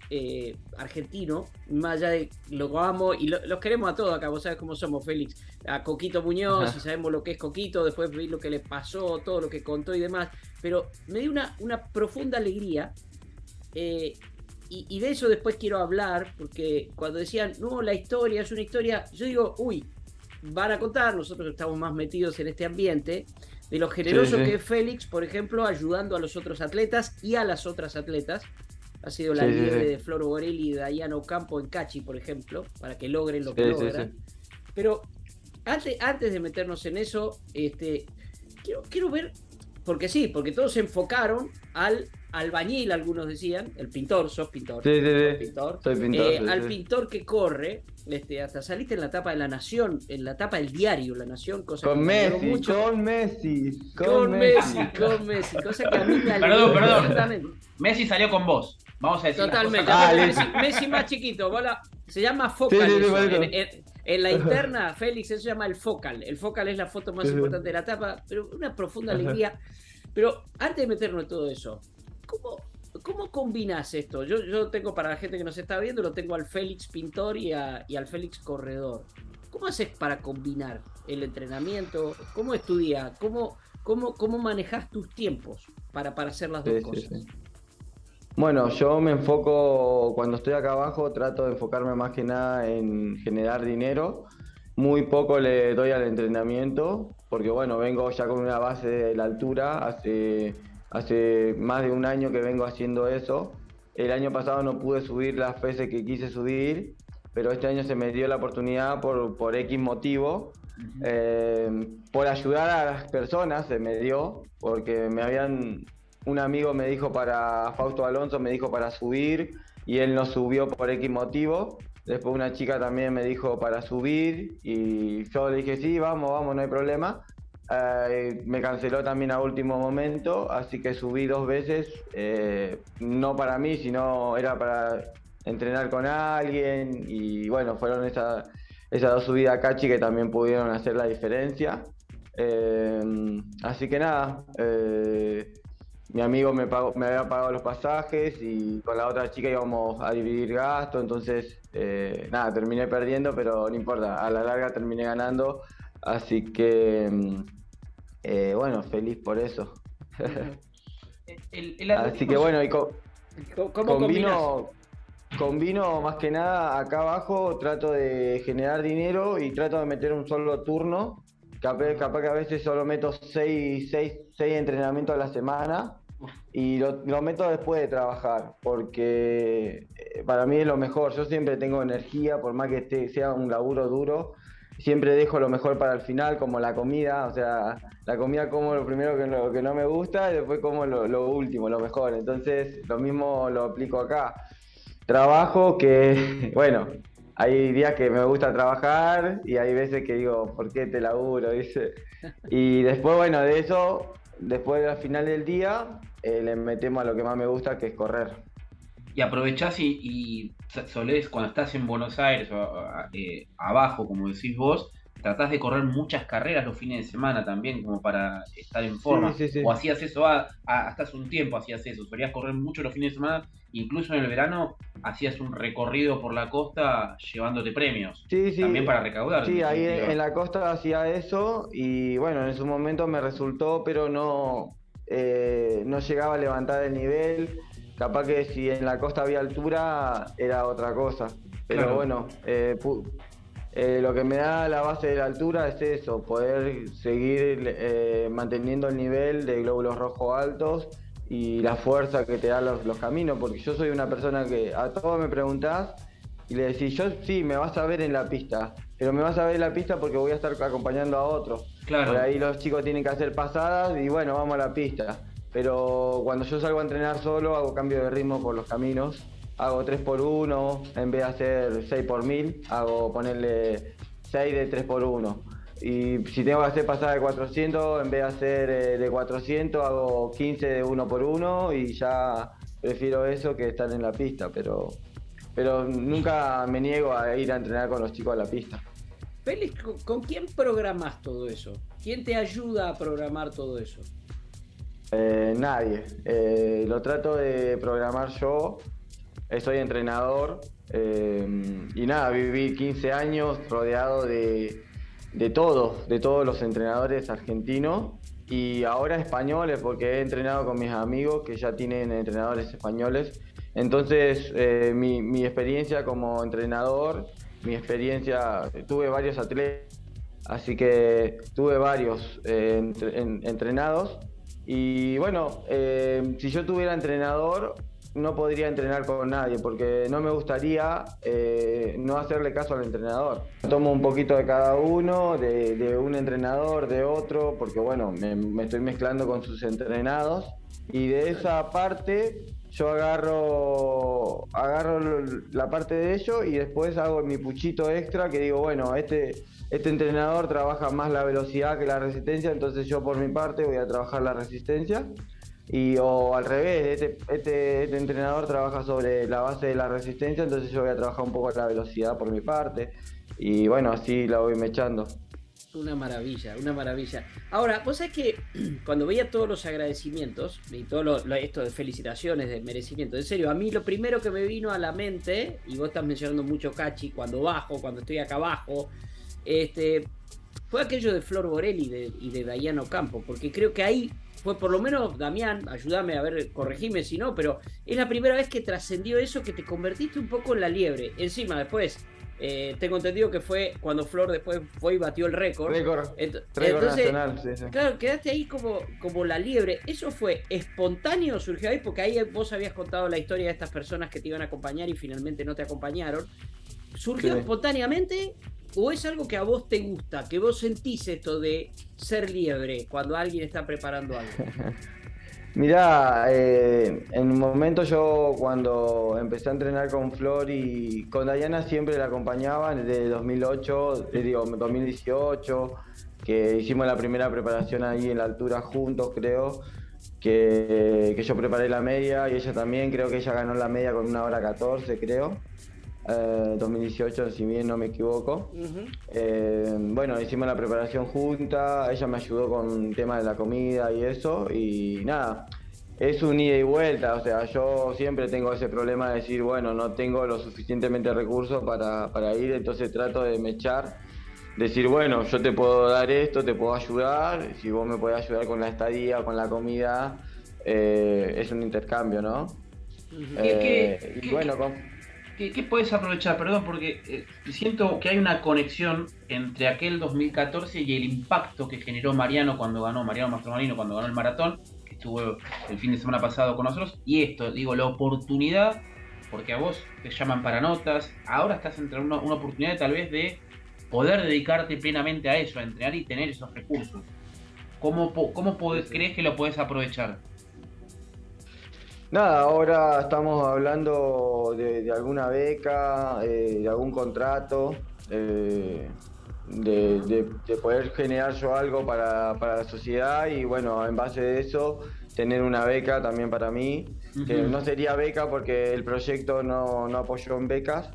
argentino, más allá de lo amo y los queremos a todos acá, vos sabés cómo somos, Félix, a Coquito Muñoz, y sabemos lo que es Coquito, después vi lo que le pasó, todo lo que contó y demás, pero me dio una profunda alegría, y de eso después quiero hablar, porque cuando decían, no, la historia es una historia, yo digo, uy, van a contar, nosotros estamos más metidos en este ambiente, de lo generoso que es Félix, por ejemplo, ayudando a los otros atletas y a las otras atletas. Ha sido la liebre de Flor Borelli y de Dayana Ocampo en Cachi, por ejemplo, para que logren lo que logran. Pero antes de meternos en eso, quiero ver, porque todos se enfocaron al albañil, algunos decían, el pintor, sos pintor. Sos pintor. Soy pintor. Al pintor que corre, hasta saliste en la tapa de La Nación, en la tapa del diario La Nación, cosa con que me alegró Messi, mucho. con Messi, cosa que a mí me alegró. Perdón. Messi salió con vos. Vamos a decir. Totalmente. Messi más chiquito. Se llama focal. En la interna, Félix, eso se llama el focal. El focal es la foto más importante de la tapa, pero una profunda alegría. Pero antes de meternos en todo eso, ¿cómo combinás esto? Yo tengo, para la gente que nos está viendo, lo tengo al Félix pintor y al Félix corredor. ¿Cómo haces para combinar el entrenamiento? ¿Cómo es tu día? ¿Cómo manejas tus tiempos para hacer las dos cosas? Bueno, yo me enfoco, cuando estoy acá abajo, trato de enfocarme más que nada en generar dinero. Muy poco le doy al entrenamiento, porque bueno, vengo ya con una base de la altura, hace más de un año que vengo haciendo eso. El año pasado no pude subir las veces que quise subir, pero este año se me dio la oportunidad por X motivo. Por ayudar a las personas se me dio, porque un amigo me dijo Fausto Alonso me dijo para subir, y él no subió por X motivo. Después una chica también me dijo para subir, y yo le dije sí, vamos, no hay problema. Me canceló también a último momento, así que subí 2 veces, no para mí, sino era para entrenar con alguien, y bueno, fueron esas 2 subidas a Cachi que también pudieron hacer la diferencia. Así que nada, mi amigo me había pagado los pasajes y con la otra chica íbamos a dividir gastos, entonces nada, terminé perdiendo, pero no importa, a la larga terminé ganando, así que bueno, feliz por eso. Así que bueno, y combino más que nada acá abajo, trato de generar dinero y trato de meter un solo turno. Capaz que a veces solo meto 6 entrenamientos a la semana, y lo meto después de trabajar, porque para mí es lo mejor. Yo siempre tengo energía, por más que sea un laburo duro, siempre dejo lo mejor para el final, como la comida. O sea, la comida como lo primero que no me gusta, y después como lo último, lo mejor. Entonces lo mismo lo aplico acá. Trabajo que, bueno, hay días que me gusta trabajar y hay veces que digo, ¿por qué te laburo? Dice. Y después, bueno, de eso, después al final del día, le metemos a lo que más me gusta, que es correr. Y aprovechás y solés, cuando estás en Buenos Aires o abajo, como decís vos, tratás de correr muchas carreras los fines de semana también, como para estar en forma. Sí. O hacías eso, hasta hace un tiempo hacías eso, solías correr mucho los fines de semana, incluso en el verano hacías un recorrido por la costa llevándote premios. Sí. También para recaudar. Sí, ahí en la costa hacía eso, y bueno, en su momento me resultó, pero no llegaba a levantar el nivel. Capaz que si en la costa había altura era otra cosa, pero claro. Bueno, lo que me da la base de la altura es eso, poder seguir manteniendo el nivel de glóbulos rojos altos y la fuerza que te dan los caminos, porque yo soy una persona que a todos me preguntás y le decís, yo sí, me vas a ver en la pista, pero me vas a ver en la pista porque voy a estar acompañando a otros. Claro. Por ahí los chicos tienen que hacer pasadas y bueno, vamos a la pista. Pero cuando yo salgo a entrenar solo, hago cambio de ritmo por los caminos. Hago 3x1, en vez de hacer 6x1000, hago ponerle 6 de 3x1. Y si tengo que hacer pasada de 400, en vez de hacer de 400, hago 15 de 1x1 y ya prefiero eso que estar en la pista. Pero nunca me niego a ir a entrenar con los chicos a la pista. Félix, ¿con quién programás todo eso? ¿Quién te ayuda a programar todo eso? Nadie. Lo trato de programar yo. soy entrenador y nada, viví 15 años rodeado de todos los entrenadores argentinos y ahora españoles, porque he entrenado con mis amigos que ya tienen entrenadores españoles. Entonces, mi experiencia como entrenador, tuve varios atletas, así que tuve varios entrenados. Y bueno, si yo tuviera entrenador, no podría entrenar con nadie, porque no me gustaría no hacerle caso al entrenador. Tomo un poquito de cada uno, de un entrenador, de otro, porque bueno, me estoy mezclando con sus entrenados. Y de esa parte yo agarro la parte de ello y después hago mi puchito extra que digo, bueno, este entrenador trabaja más la velocidad que la resistencia, entonces yo por mi parte voy a trabajar la resistencia. O al revés, este entrenador trabaja sobre la base de la resistencia, entonces yo voy a trabajar un poco la velocidad por mi parte. Y bueno, así la voy mechando. Una maravilla, una maravilla. Ahora, vos sabés que cuando veía todos los agradecimientos y todo esto de felicitaciones, de merecimiento, en serio, a mí lo primero que me vino a la mente, y vos estás mencionando mucho Cachi, cuando estoy acá abajo, fue aquello de Flor Borelli y de Dayano Campo, porque creo que ahí fue, por lo menos, Damián, ayúdame a ver, corregime si no, pero es la primera vez que trascendió eso, que te convertiste un poco en la liebre. Encima, después, tengo entendido que fue cuando Flor después fue y batió el récord. Récord Entonces, nacional, sí. Claro, quedaste ahí como la liebre. ¿Eso fue espontáneo, surgió ahí? Porque ahí vos habías contado la historia de estas personas que te iban a acompañar y finalmente no te acompañaron. ¿Surgió espontáneamente o es algo que a vos te gusta, que vos sentís esto de ser liebre cuando alguien está preparando algo? Mirá, en un momento yo cuando empecé a entrenar con Flor y con Dayana siempre la acompañaba desde 2018, que hicimos la primera preparación ahí en la altura juntos, creo, que yo preparé la media y ella también, creo que ella ganó la media con 1:14, creo. 2018, si bien no me equivoco. Bueno, hicimos la preparación junta, ella me ayudó con el tema de la comida y eso, y nada, es un ida y vuelta, o sea, yo siempre tengo ese problema de decir, bueno, no tengo lo suficientemente recursos para ir, entonces trato de mechar, decir, bueno, yo te puedo dar esto, te puedo ayudar, si vos me podés ayudar con la estadía, con la comida, es un intercambio, ¿no? Y bueno, ¿Qué puedes aprovechar? Perdón, porque siento que hay una conexión entre aquel 2014 y el impacto que generó Mariano Mastromarino cuando ganó el maratón, que estuvo el fin de semana pasado con nosotros, y esto, digo, la oportunidad, porque a vos te llaman para notas, ahora estás entre una oportunidad tal vez de poder dedicarte plenamente a eso, a entrenar y tener esos recursos. ¿Cómo crees que lo podés aprovechar? Nada, ahora estamos hablando de alguna beca, de algún contrato, de poder generar yo algo para la sociedad y bueno, en base de eso, tener una beca también para mí, que no sería beca porque el proyecto no apoyó en becas,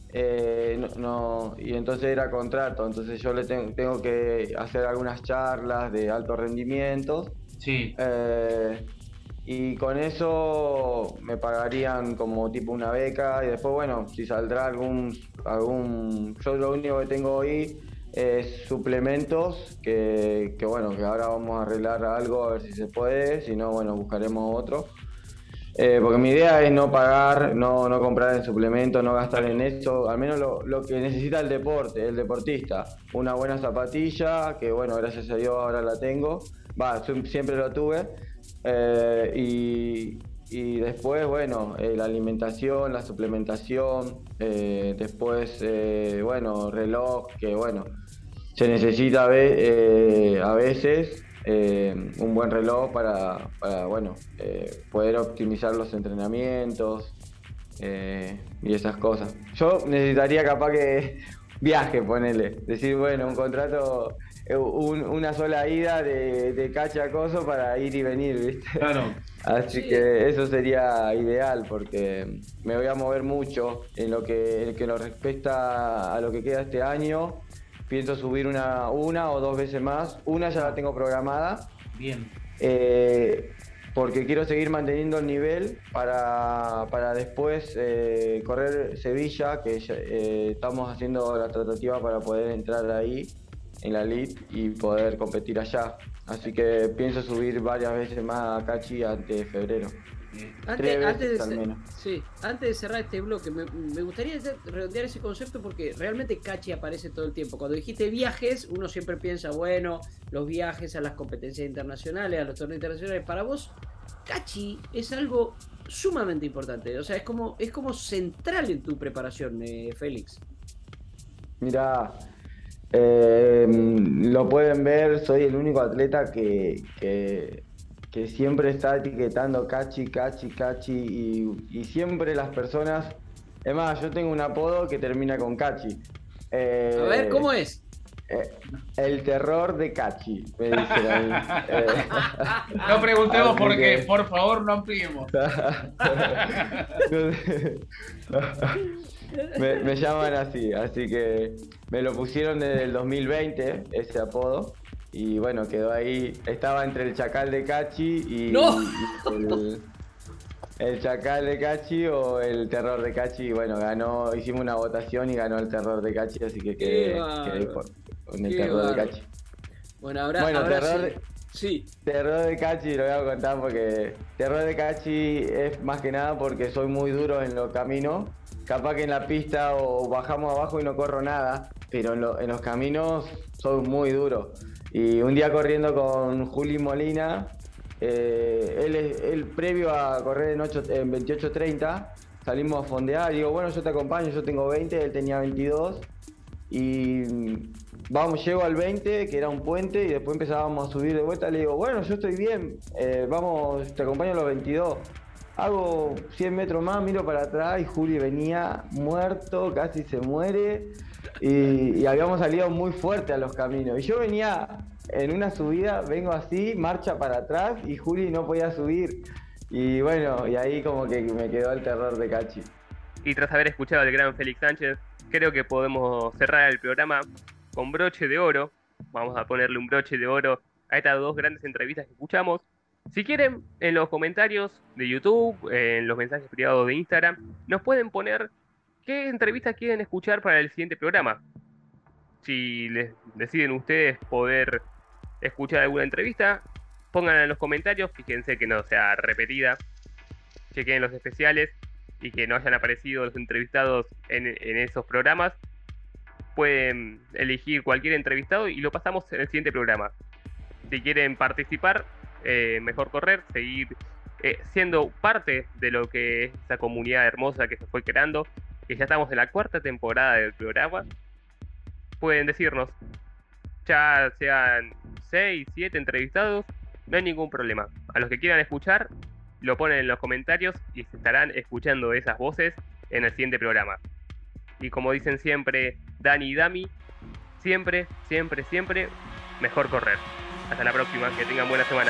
y entonces era contrato, entonces yo le tengo que hacer algunas charlas de alto rendimiento. Sí. Y con eso me pagarían como tipo una beca y después, bueno, si saldrá algún yo lo único que tengo hoy es suplementos que bueno, que ahora vamos a arreglar algo a ver si se puede, si no, bueno, buscaremos otro. Porque mi idea es no pagar, no comprar en suplementos, no gastar en eso, al menos lo que necesita el deportista. Una buena zapatilla, que bueno, gracias a Dios ahora la tengo, siempre lo tuve. Y después, bueno, la alimentación, la suplementación, después, bueno, reloj, que bueno, se necesita a veces un buen reloj para bueno, poder optimizar los entrenamientos y esas cosas. Yo necesitaría capaz que viaje, ponele, decir, bueno, un contrato... una sola ida de cacha a coso para ir y venir, ¿viste? Claro. Así que eso sería ideal porque me voy a mover mucho en lo que respecta a lo que queda este año. Pienso subir una o dos veces más. Una ya la tengo programada. Bien. porque quiero seguir manteniendo el nivel para después correr Sevilla, que estamos haciendo la tratativa para poder entrar ahí en la elite y poder competir allá. Así que pienso subir varias veces más a Cachi antes de febrero. Antes de cerrar este bloque, me gustaría redondear ese concepto porque realmente Cachi aparece todo el tiempo. Cuando dijiste viajes, uno siempre piensa, bueno, los viajes a las competencias internacionales, a los torneos internacionales. Para vos, Cachi es algo sumamente importante. O sea, es como central en tu preparación, Félix. Mirá, lo pueden ver, soy el único atleta que siempre está etiquetando Cachi y siempre las personas... Es más, yo tengo un apodo que termina con Cachi. A ver, ¿cómo es? El terror de Cachi, me dicen ahí. No preguntemos por qué, por favor no ampliemos. Me llaman así que me lo pusieron desde el 2020, ese apodo. Y bueno, quedó ahí, estaba entre el Chacal de Cachi y, ¡No! y el Chacal de Cachi o el Terror de Cachi. Y bueno, hicimos una votación y ganó el Terror de Cachi, así que quedé con el Terror de Cachi. Bueno, ahora sí. Terror de Cachi lo voy a contar porque Terror de Cachi es más que nada porque soy muy duro en los caminos. Capaz que en la pista o bajamos abajo y no corro nada, pero en los caminos soy muy duro. Y un día corriendo con Juli Molina, él previo a correr en 28:30, salimos a fondear, digo, bueno, yo te acompaño, yo tengo 20, él tenía 22, y llego al 20, que era un puente, y después empezábamos a subir de vuelta, le digo, bueno, yo estoy bien, vamos, te acompaño a los 22. Hago 100 metros más, miro para atrás y Juli venía muerto, casi se muere. Y habíamos salido muy fuerte a los caminos. Y yo venía en una subida, vengo así, marcha para atrás y Juli no podía subir. Y bueno, y ahí como que me quedó el terror de Cachi. Y tras haber escuchado al gran Félix Sánchez, creo que podemos cerrar el programa con broche de oro. Vamos a ponerle un broche de oro a estas dos grandes entrevistas que escuchamos. Si quieren, en los comentarios de YouTube, en los mensajes privados de Instagram, nos pueden poner qué entrevistas quieren escuchar para el siguiente programa. Si les deciden ustedes poder escuchar alguna entrevista, pónganla en los comentarios, fíjense que no sea repetida, chequen los especiales y que no hayan aparecido los entrevistados en esos programas. Pueden elegir cualquier entrevistado y lo pasamos en el siguiente programa. Si quieren participar, Mejor Correr, seguir siendo parte de lo que es esta comunidad hermosa que se fue creando, que ya estamos en la 4ª temporada del programa, pueden decirnos, ya sean 6, 7 entrevistados, no hay ningún problema. A los que quieran escuchar, lo ponen en los comentarios y se estarán escuchando esas voces en el siguiente programa. Y como dicen siempre Dani y Dami, siempre, siempre, siempre, mejor correr. Hasta la próxima, que tengan buena semana.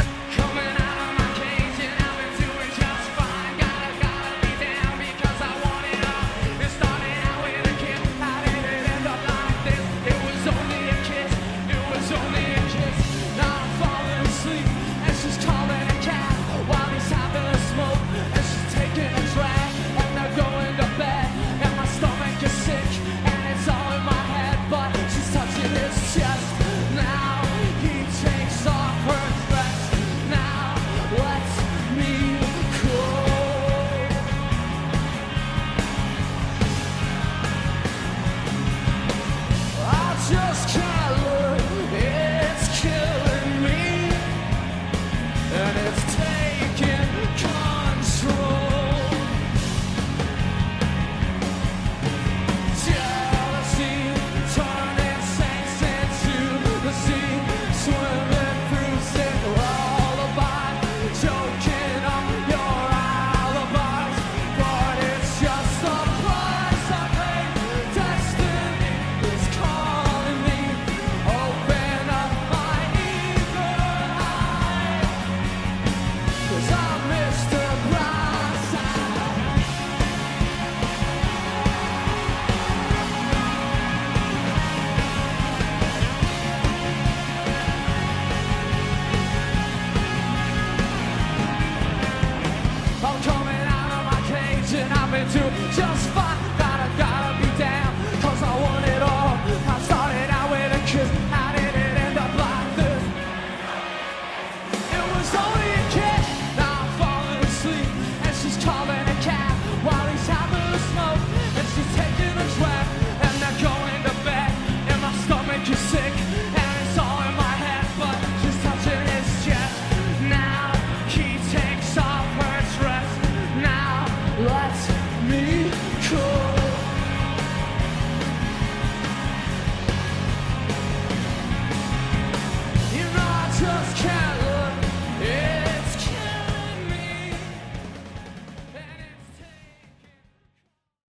Just